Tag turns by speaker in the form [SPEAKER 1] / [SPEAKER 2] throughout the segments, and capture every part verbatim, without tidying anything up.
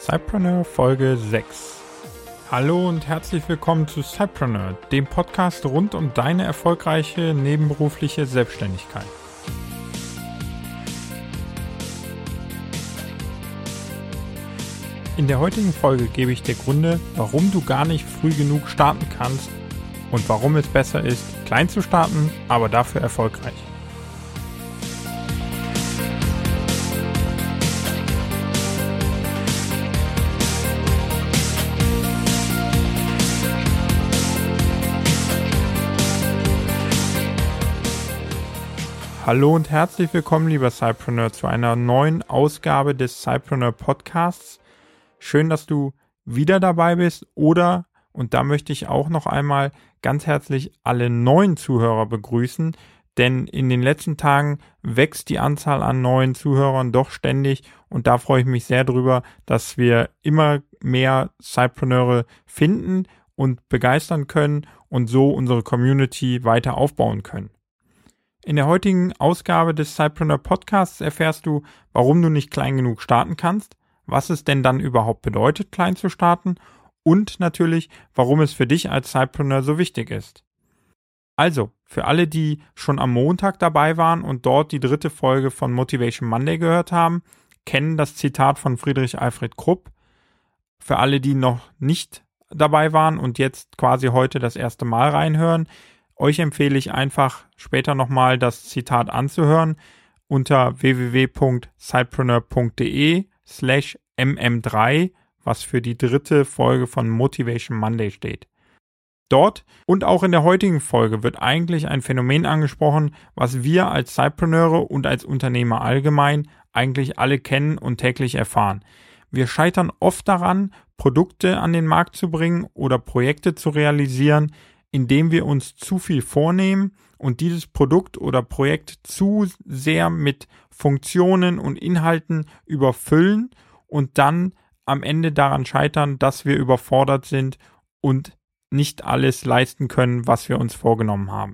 [SPEAKER 1] Cypreneur Folge sechs. Hallo und herzlich willkommen zu Cypreneur, dem Podcast rund um deine erfolgreiche nebenberufliche Selbstständigkeit. In der heutigen Folge gebe ich dir Gründe, warum du gar nicht früh genug starten kannst und warum es besser ist, klein zu starten, aber dafür erfolgreich. Hallo und herzlich willkommen, lieber Cypreneur, zu einer neuen Ausgabe des Cypreneur Podcasts. Schön, dass du wieder dabei bist oder, und da möchte ich auch noch einmal ganz herzlich alle neuen Zuhörer begrüßen, denn in den letzten Tagen wächst die Anzahl an neuen Zuhörern doch ständig und da freue ich mich sehr drüber, dass wir immer mehr Cypreneure finden und begeistern können und so unsere Community weiter aufbauen können. In der heutigen Ausgabe des Cypreneur Podcasts erfährst du, warum du nicht klein genug starten kannst, was es denn dann überhaupt bedeutet, klein zu starten und natürlich, warum es für dich als Cypreneur so wichtig ist. Also, für alle, die schon am Montag dabei waren und dort die dritte Folge von Motivation Monday gehört haben, kennen das Zitat von Friedrich Alfred Krupp. Für alle, die noch nicht dabei waren und jetzt quasi heute das erste Mal reinhören, euch empfehle ich einfach später nochmal das Zitat anzuhören unter w w w punkt cypreneur punkt d e slash m m drei, was für die dritte Folge von Motivation Monday steht. Dort und auch in der heutigen Folge wird eigentlich ein Phänomen angesprochen, was wir als Cypreneure und als Unternehmer allgemein eigentlich alle kennen und täglich erfahren. Wir scheitern oft daran, Produkte an den Markt zu bringen oder Projekte zu realisieren, indem wir uns zu viel vornehmen und dieses Produkt oder Projekt zu sehr mit Funktionen und Inhalten überfüllen und dann am Ende daran scheitern, dass wir überfordert sind und nicht alles leisten können, was wir uns vorgenommen haben.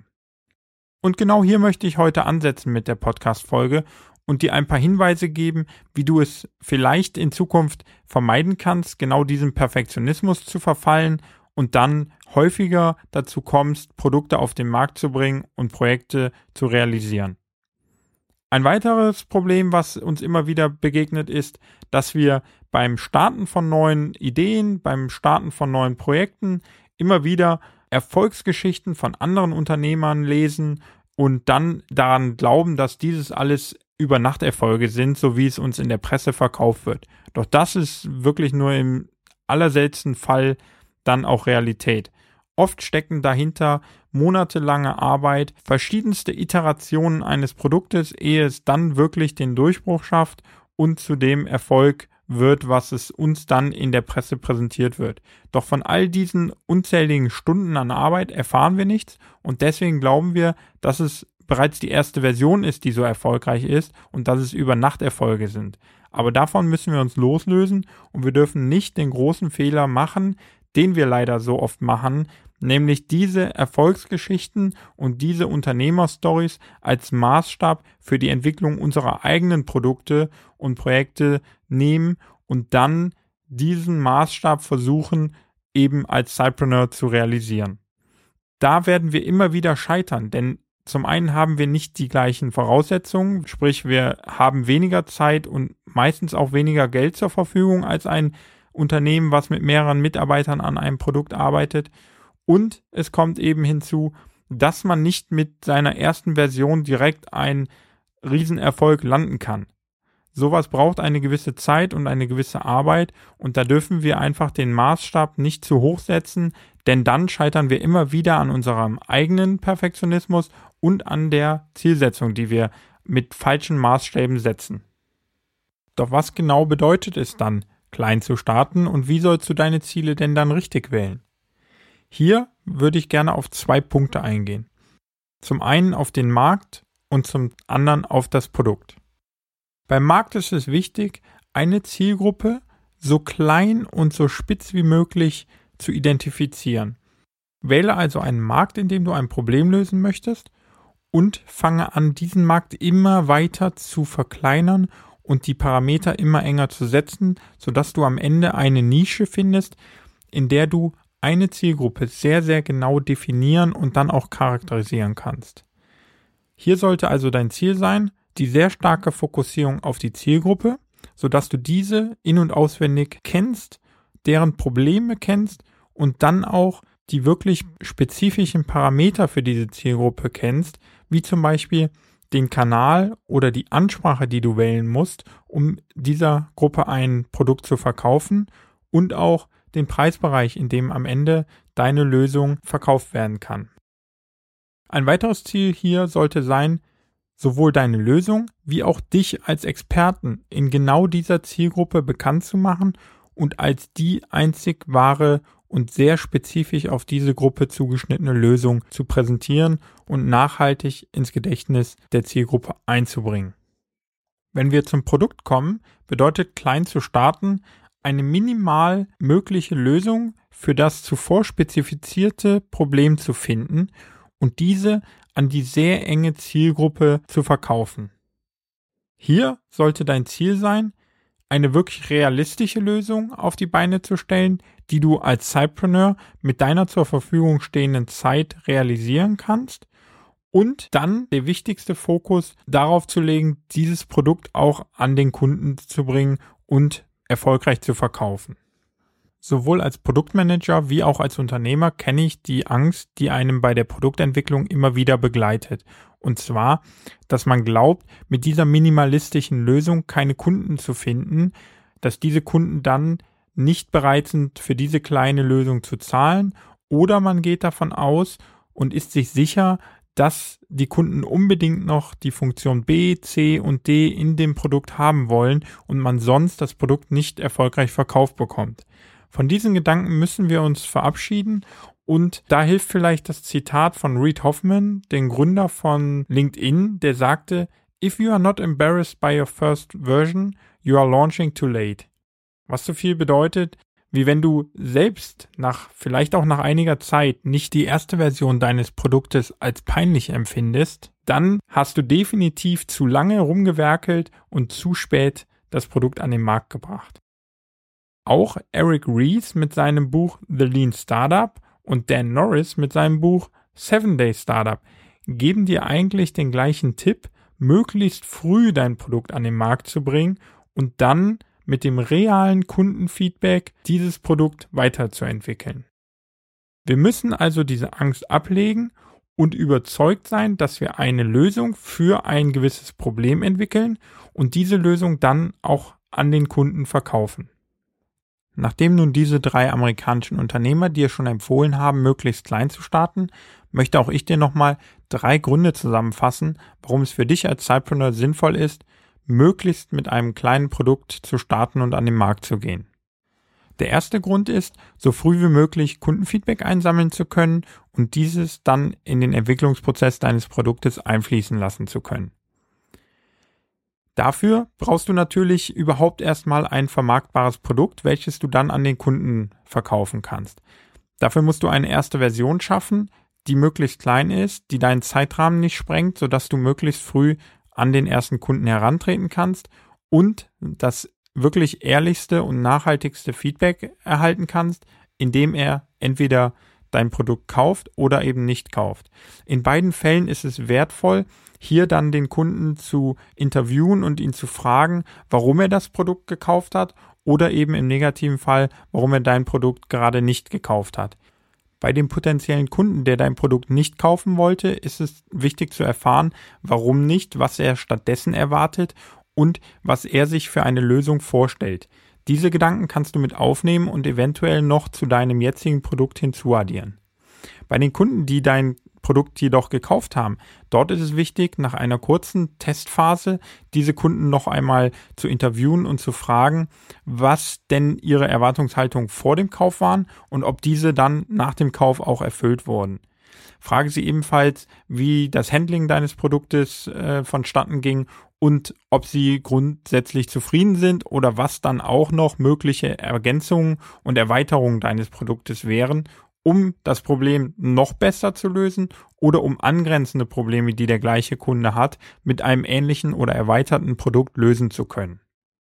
[SPEAKER 1] Und genau hier möchte ich heute ansetzen mit der Podcast-Folge und dir ein paar Hinweise geben, wie du es vielleicht in Zukunft vermeiden kannst, genau diesem Perfektionismus zu verfallen und dann häufiger dazu kommst, Produkte auf den Markt zu bringen und Projekte zu realisieren. Ein weiteres Problem, was uns immer wieder begegnet, ist, dass wir beim Starten von neuen Ideen, beim Starten von neuen Projekten immer wieder Erfolgsgeschichten von anderen Unternehmern lesen und dann daran glauben, dass dieses alles Übernachterfolge sind, so wie es uns in der Presse verkauft wird. Doch das ist wirklich nur im allerseltensten Fall dann auch Realität. Oft stecken dahinter monatelange Arbeit, verschiedenste Iterationen eines Produktes, ehe es dann wirklich den Durchbruch schafft und zu dem Erfolg wird, was es uns dann in der Presse präsentiert wird. Doch von all diesen unzähligen Stunden an Arbeit erfahren wir nichts und deswegen glauben wir, dass es bereits die erste Version ist, die so erfolgreich ist und dass es Übernachterfolge sind. Aber davon müssen wir uns loslösen und wir dürfen nicht den großen Fehler machen, den wir leider so oft machen, nämlich diese Erfolgsgeschichten und diese Unternehmerstories als Maßstab für die Entwicklung unserer eigenen Produkte und Projekte nehmen und dann diesen Maßstab versuchen, eben als Cypreneur zu realisieren. Da werden wir immer wieder scheitern, denn zum einen haben wir nicht die gleichen Voraussetzungen, sprich wir haben weniger Zeit und meistens auch weniger Geld zur Verfügung als ein Unternehmen, was mit mehreren Mitarbeitern an einem Produkt arbeitet. Und es kommt eben hinzu, dass man nicht mit seiner ersten Version direkt einen Riesenerfolg landen kann. Sowas braucht eine gewisse Zeit und eine gewisse Arbeit und da dürfen wir einfach den Maßstab nicht zu hoch setzen, denn dann scheitern wir immer wieder an unserem eigenen Perfektionismus und an der Zielsetzung, die wir mit falschen Maßstäben setzen. Doch was genau bedeutet es dann, klein zu starten und wie sollst du deine Ziele denn dann richtig wählen? Hier würde ich gerne auf zwei Punkte eingehen. Zum einen auf den Markt und zum anderen auf das Produkt. Beim Markt ist es wichtig, eine Zielgruppe so klein und so spitz wie möglich zu identifizieren. Wähle also einen Markt, in dem du ein Problem lösen möchtest und fange an, diesen Markt immer weiter zu verkleinern und die Parameter immer enger zu setzen, sodass du am Ende eine Nische findest, in der du eine Zielgruppe sehr, sehr genau definieren und dann auch charakterisieren kannst. Hier sollte also dein Ziel sein, die sehr starke Fokussierung auf die Zielgruppe, sodass du diese in- und auswendig kennst, deren Probleme kennst und dann auch die wirklich spezifischen Parameter für diese Zielgruppe kennst, wie zum Beispiel den Kanal oder die Ansprache, die du wählen musst, um dieser Gruppe ein Produkt zu verkaufen und auch den Preisbereich, in dem am Ende deine Lösung verkauft werden kann. Ein weiteres Ziel hier sollte sein, sowohl deine Lösung wie auch dich als Experten in genau dieser Zielgruppe bekannt zu machen und als die einzig wahre und sehr spezifisch auf diese Gruppe zugeschnittene Lösung zu präsentieren und nachhaltig ins Gedächtnis der Zielgruppe einzubringen. Wenn wir zum Produkt kommen, bedeutet klein zu starten, eine minimal mögliche Lösung für das zuvor spezifizierte Problem zu finden und diese an die sehr enge Zielgruppe zu verkaufen. Hier sollte dein Ziel sein, eine wirklich realistische Lösung auf die Beine zu stellen, die du als Sidepreneur mit deiner zur Verfügung stehenden Zeit realisieren kannst und dann der wichtigste Fokus darauf zu legen, dieses Produkt auch an den Kunden zu bringen und erfolgreich zu verkaufen. Sowohl als Produktmanager wie auch als Unternehmer kenne ich die Angst, die einem bei der Produktentwicklung immer wieder begleitet. Und zwar, dass man glaubt, mit dieser minimalistischen Lösung keine Kunden zu finden, dass diese Kunden dann nicht bereit sind, für diese kleine Lösung zu zahlen, oder man geht davon aus und ist sich sicher, dass die Kunden unbedingt noch die Funktion B, C und D in dem Produkt haben wollen und man sonst das Produkt nicht erfolgreich verkauft bekommt. Von diesen Gedanken müssen wir uns verabschieden und da hilft vielleicht das Zitat von Reid Hoffman, dem Gründer von LinkedIn, der sagte, "If you are not embarrassed by your first version, you are launching too late." Was so viel bedeutet, wie wenn du selbst nach, vielleicht auch nach einiger Zeit, nicht die erste Version deines Produktes als peinlich empfindest, dann hast du definitiv zu lange rumgewerkelt und zu spät das Produkt an den Markt gebracht. Auch Eric Ries mit seinem Buch The Lean Startup und Dan Norris mit seinem Buch Seven Day Startup geben dir eigentlich den gleichen Tipp, möglichst früh dein Produkt an den Markt zu bringen und dann mit dem realen Kundenfeedback dieses Produkt weiterzuentwickeln. Wir müssen also diese Angst ablegen und überzeugt sein, dass wir eine Lösung für ein gewisses Problem entwickeln und diese Lösung dann auch an den Kunden verkaufen. Nachdem nun diese drei amerikanischen Unternehmer dir schon empfohlen haben, möglichst klein zu starten, möchte auch ich dir nochmal drei Gründe zusammenfassen, warum es für dich als Sidepreneur sinnvoll ist, möglichst mit einem kleinen Produkt zu starten und an den Markt zu gehen. Der erste Grund ist, so früh wie möglich Kundenfeedback einsammeln zu können und dieses dann in den Entwicklungsprozess deines Produktes einfließen lassen zu können. Dafür brauchst du natürlich überhaupt erstmal ein vermarktbares Produkt, welches du dann an den Kunden verkaufen kannst. Dafür musst du eine erste Version schaffen, die möglichst klein ist, die deinen Zeitrahmen nicht sprengt, sodass du möglichst früh an den ersten Kunden herantreten kannst und das wirklich ehrlichste und nachhaltigste Feedback erhalten kannst, indem er entweder dein Produkt kauft oder eben nicht kauft. In beiden Fällen ist es wertvoll, hier dann den Kunden zu interviewen und ihn zu fragen, warum er das Produkt gekauft hat oder eben im negativen Fall, warum er dein Produkt gerade nicht gekauft hat. Bei dem potenziellen Kunden, der dein Produkt nicht kaufen wollte, ist es wichtig zu erfahren, warum nicht, was er stattdessen erwartet und was er sich für eine Lösung vorstellt. Diese Gedanken kannst du mit aufnehmen und eventuell noch zu deinem jetzigen Produkt hinzuaddieren. Bei den Kunden, die dein Produkt jedoch gekauft haben, dort ist es wichtig, nach einer kurzen Testphase diese Kunden noch einmal zu interviewen und zu fragen, was denn ihre Erwartungshaltung vor dem Kauf waren und ob diese dann nach dem Kauf auch erfüllt wurden. Frage sie ebenfalls, wie das Handling deines Produktes äh, vonstatten ging und ob sie grundsätzlich zufrieden sind oder was dann auch noch mögliche Ergänzungen und Erweiterungen deines Produktes wären, um das Problem noch besser zu lösen oder um angrenzende Probleme, die der gleiche Kunde hat, mit einem ähnlichen oder erweiterten Produkt lösen zu können.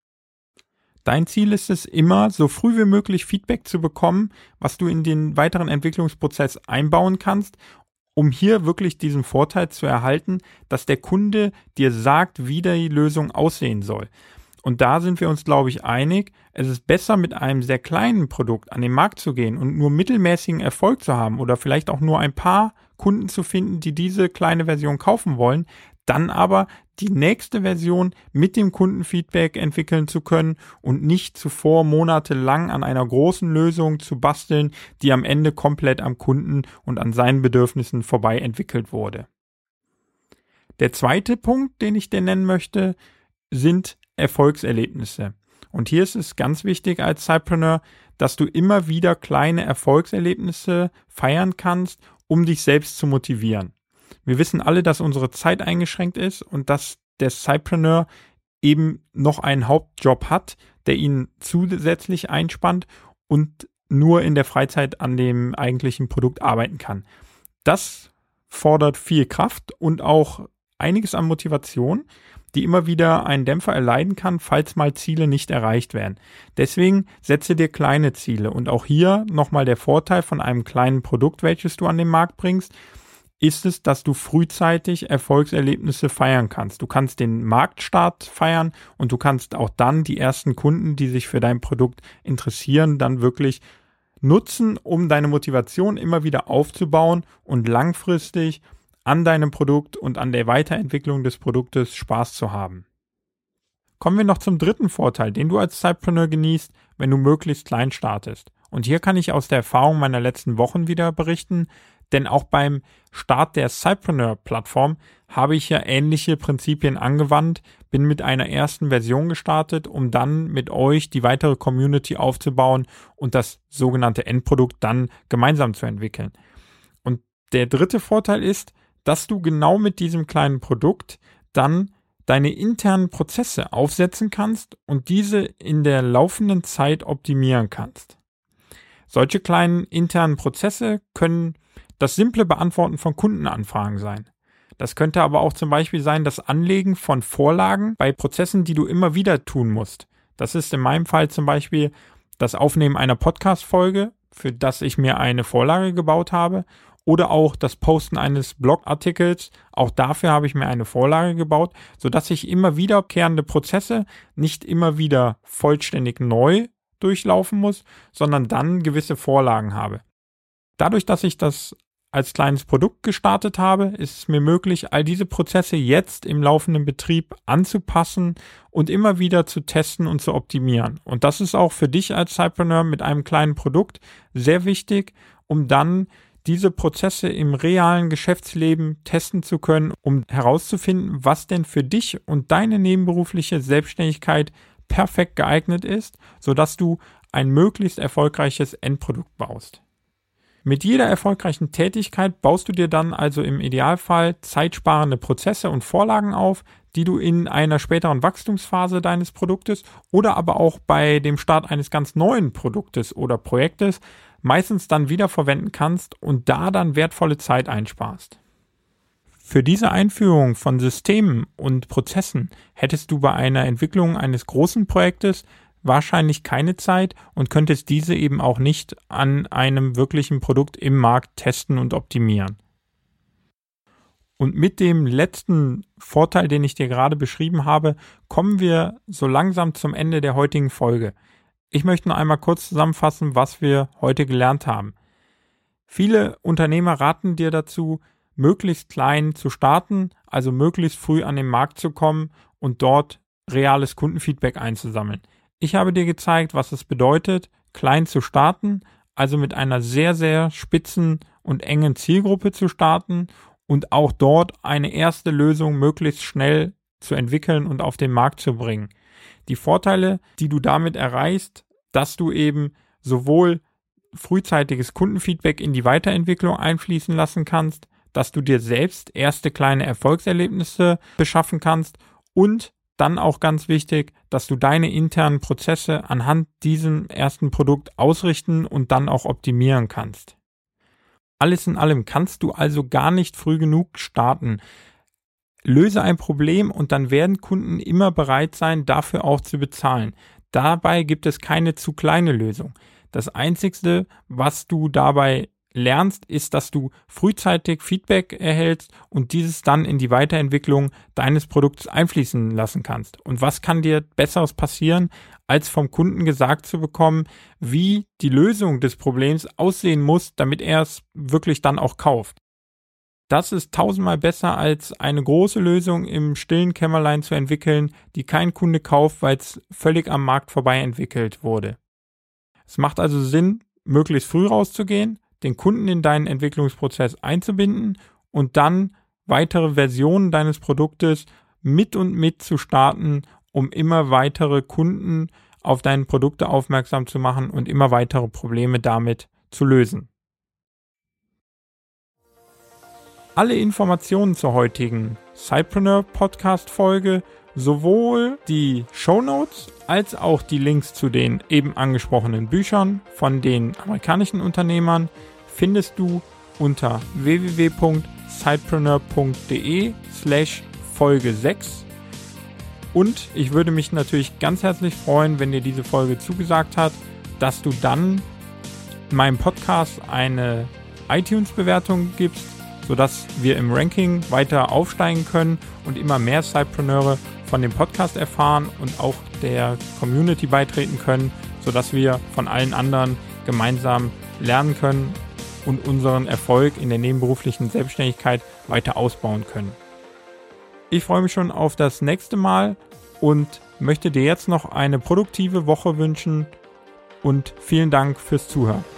[SPEAKER 1] Dein Ziel ist es immer, so früh wie möglich Feedback zu bekommen, was du in den weiteren Entwicklungsprozess einbauen kannst, um hier wirklich diesen Vorteil zu erhalten, dass der Kunde dir sagt, wie die Lösung aussehen soll. Und da sind wir uns, glaube ich, einig, es ist besser, mit einem sehr kleinen Produkt an den Markt zu gehen und nur mittelmäßigen Erfolg zu haben oder vielleicht auch nur ein paar Kunden zu finden, die diese kleine Version kaufen wollen, dann aber die nächste Version mit dem Kundenfeedback entwickeln zu können und nicht zuvor monatelang an einer großen Lösung zu basteln, die am Ende komplett am Kunden und an seinen Bedürfnissen vorbei entwickelt wurde. Der zweite Punkt, den ich dir nennen möchte, sind Erfolgserlebnisse. Und hier ist es ganz wichtig als Sidepreneur, dass du immer wieder kleine Erfolgserlebnisse feiern kannst, um dich selbst zu motivieren. Wir wissen alle, dass unsere Zeit eingeschränkt ist und dass der Sidepreneur eben noch einen Hauptjob hat, der ihn zusätzlich einspannt und nur in der Freizeit an dem eigentlichen Produkt arbeiten kann. Das fordert viel Kraft und auch einiges an Motivation, die immer wieder einen Dämpfer erleiden kann, falls mal Ziele nicht erreicht werden. Deswegen setze dir kleine Ziele und auch hier nochmal der Vorteil von einem kleinen Produkt, welches du an den Markt bringst, ist es, dass du frühzeitig Erfolgserlebnisse feiern kannst. Du kannst den Marktstart feiern und du kannst auch dann die ersten Kunden, die sich für dein Produkt interessieren, dann wirklich nutzen, um deine Motivation immer wieder aufzubauen und langfristig an deinem Produkt und an der Weiterentwicklung des Produktes Spaß zu haben. Kommen wir noch zum dritten Vorteil, den du als Sidepreneur genießt, wenn du möglichst klein startest. Und hier kann ich aus der Erfahrung meiner letzten Wochen wieder berichten, denn auch beim Start der Sidepreneur-Plattform habe ich ja ähnliche Prinzipien angewandt, bin mit einer ersten Version gestartet, um dann mit euch die weitere Community aufzubauen und das sogenannte Endprodukt dann gemeinsam zu entwickeln. Und der dritte Vorteil ist, dass du genau mit diesem kleinen Produkt dann deine internen Prozesse aufsetzen kannst und diese in der laufenden Zeit optimieren kannst. Solche kleinen internen Prozesse können das simple Beantworten von Kundenanfragen sein. Das könnte aber auch zum Beispiel sein, das Anlegen von Vorlagen bei Prozessen, die du immer wieder tun musst. Das ist in meinem Fall zum Beispiel das Aufnehmen einer Podcast-Folge, für das ich mir eine Vorlage gebaut habe, oder auch das Posten eines Blogartikels. Auch dafür habe ich mir eine Vorlage gebaut, sodass ich immer wiederkehrende Prozesse nicht immer wieder vollständig neu durchlaufen muss, sondern dann gewisse Vorlagen habe. Dadurch, dass ich das als kleines Produkt gestartet habe, ist es mir möglich, all diese Prozesse jetzt im laufenden Betrieb anzupassen und immer wieder zu testen und zu optimieren. Und das ist auch für dich als Sidepreneur mit einem kleinen Produkt sehr wichtig, um dann diese Prozesse im realen Geschäftsleben testen zu können, um herauszufinden, was denn für dich und deine nebenberufliche Selbstständigkeit perfekt geeignet ist, sodass du ein möglichst erfolgreiches Endprodukt baust. Mit jeder erfolgreichen Tätigkeit baust du dir dann also im Idealfall zeitsparende Prozesse und Vorlagen auf, die du in einer späteren Wachstumsphase deines Produktes oder aber auch bei dem Start eines ganz neuen Produktes oder Projektes meistens dann wiederverwenden kannst und da dann wertvolle Zeit einsparst. Für diese Einführung von Systemen und Prozessen hättest du bei einer Entwicklung eines großen Projektes wahrscheinlich keine Zeit und könntest diese eben auch nicht an einem wirklichen Produkt im Markt testen und optimieren. Und mit dem letzten Vorteil, den ich dir gerade beschrieben habe, kommen wir so langsam zum Ende der heutigen Folge. Ich möchte noch einmal kurz zusammenfassen, was wir heute gelernt haben. Viele Unternehmer raten dir dazu, möglichst klein zu starten, also möglichst früh an den Markt zu kommen und dort reales Kundenfeedback einzusammeln. Ich habe dir gezeigt, was es bedeutet, klein zu starten, also mit einer sehr, sehr spitzen und engen Zielgruppe zu starten und auch dort eine erste Lösung möglichst schnell zu entwickeln und auf den Markt zu bringen. Die Vorteile, die du damit erreichst, dass du eben sowohl frühzeitiges Kundenfeedback in die Weiterentwicklung einfließen lassen kannst, dass du dir selbst erste kleine Erfolgserlebnisse beschaffen kannst und dann auch ganz wichtig, dass du deine internen Prozesse anhand diesem ersten Produkt ausrichten und dann auch optimieren kannst. Alles in allem kannst du also gar nicht früh genug starten. Löse ein Problem und dann werden Kunden immer bereit sein, dafür auch zu bezahlen. Dabei gibt es keine zu kleine Lösung. Das Einzige, was du dabei lernst, ist, dass du frühzeitig Feedback erhältst und dieses dann in die Weiterentwicklung deines Produkts einfließen lassen kannst. Und was kann dir Besseres passieren, als vom Kunden gesagt zu bekommen, wie die Lösung des Problems aussehen muss, damit er es wirklich dann auch kauft. Das ist tausendmal besser, als eine große Lösung im stillen Kämmerlein zu entwickeln, die kein Kunde kauft, weil es völlig am Markt vorbei entwickelt wurde. Es macht also Sinn, möglichst früh rauszugehen, den Kunden in deinen Entwicklungsprozess einzubinden und dann weitere Versionen deines Produktes mit und mit zu starten, um immer weitere Kunden auf deine Produkte aufmerksam zu machen und immer weitere Probleme damit zu lösen. Alle Informationen zur heutigen Cypreneur Podcast Folge, sowohl die Shownotes als auch die Links zu den eben angesprochenen Büchern von den amerikanischen Unternehmern findest du unter w w w punkt cypreneur punkt d e slash Folge sechs. Und ich würde mich natürlich ganz herzlich freuen, wenn dir diese Folge zugesagt hat, dass du dann meinem Podcast eine iTunes-Bewertung gibst, sodass wir im Ranking weiter aufsteigen können und immer mehr Cypreneure von dem Podcast erfahren und auch der Community beitreten können, sodass wir von allen anderen gemeinsam lernen können und unseren Erfolg in der nebenberuflichen Selbstständigkeit weiter ausbauen können. Ich freue mich schon auf das nächste Mal und möchte dir jetzt noch eine produktive Woche wünschen und vielen Dank fürs Zuhören.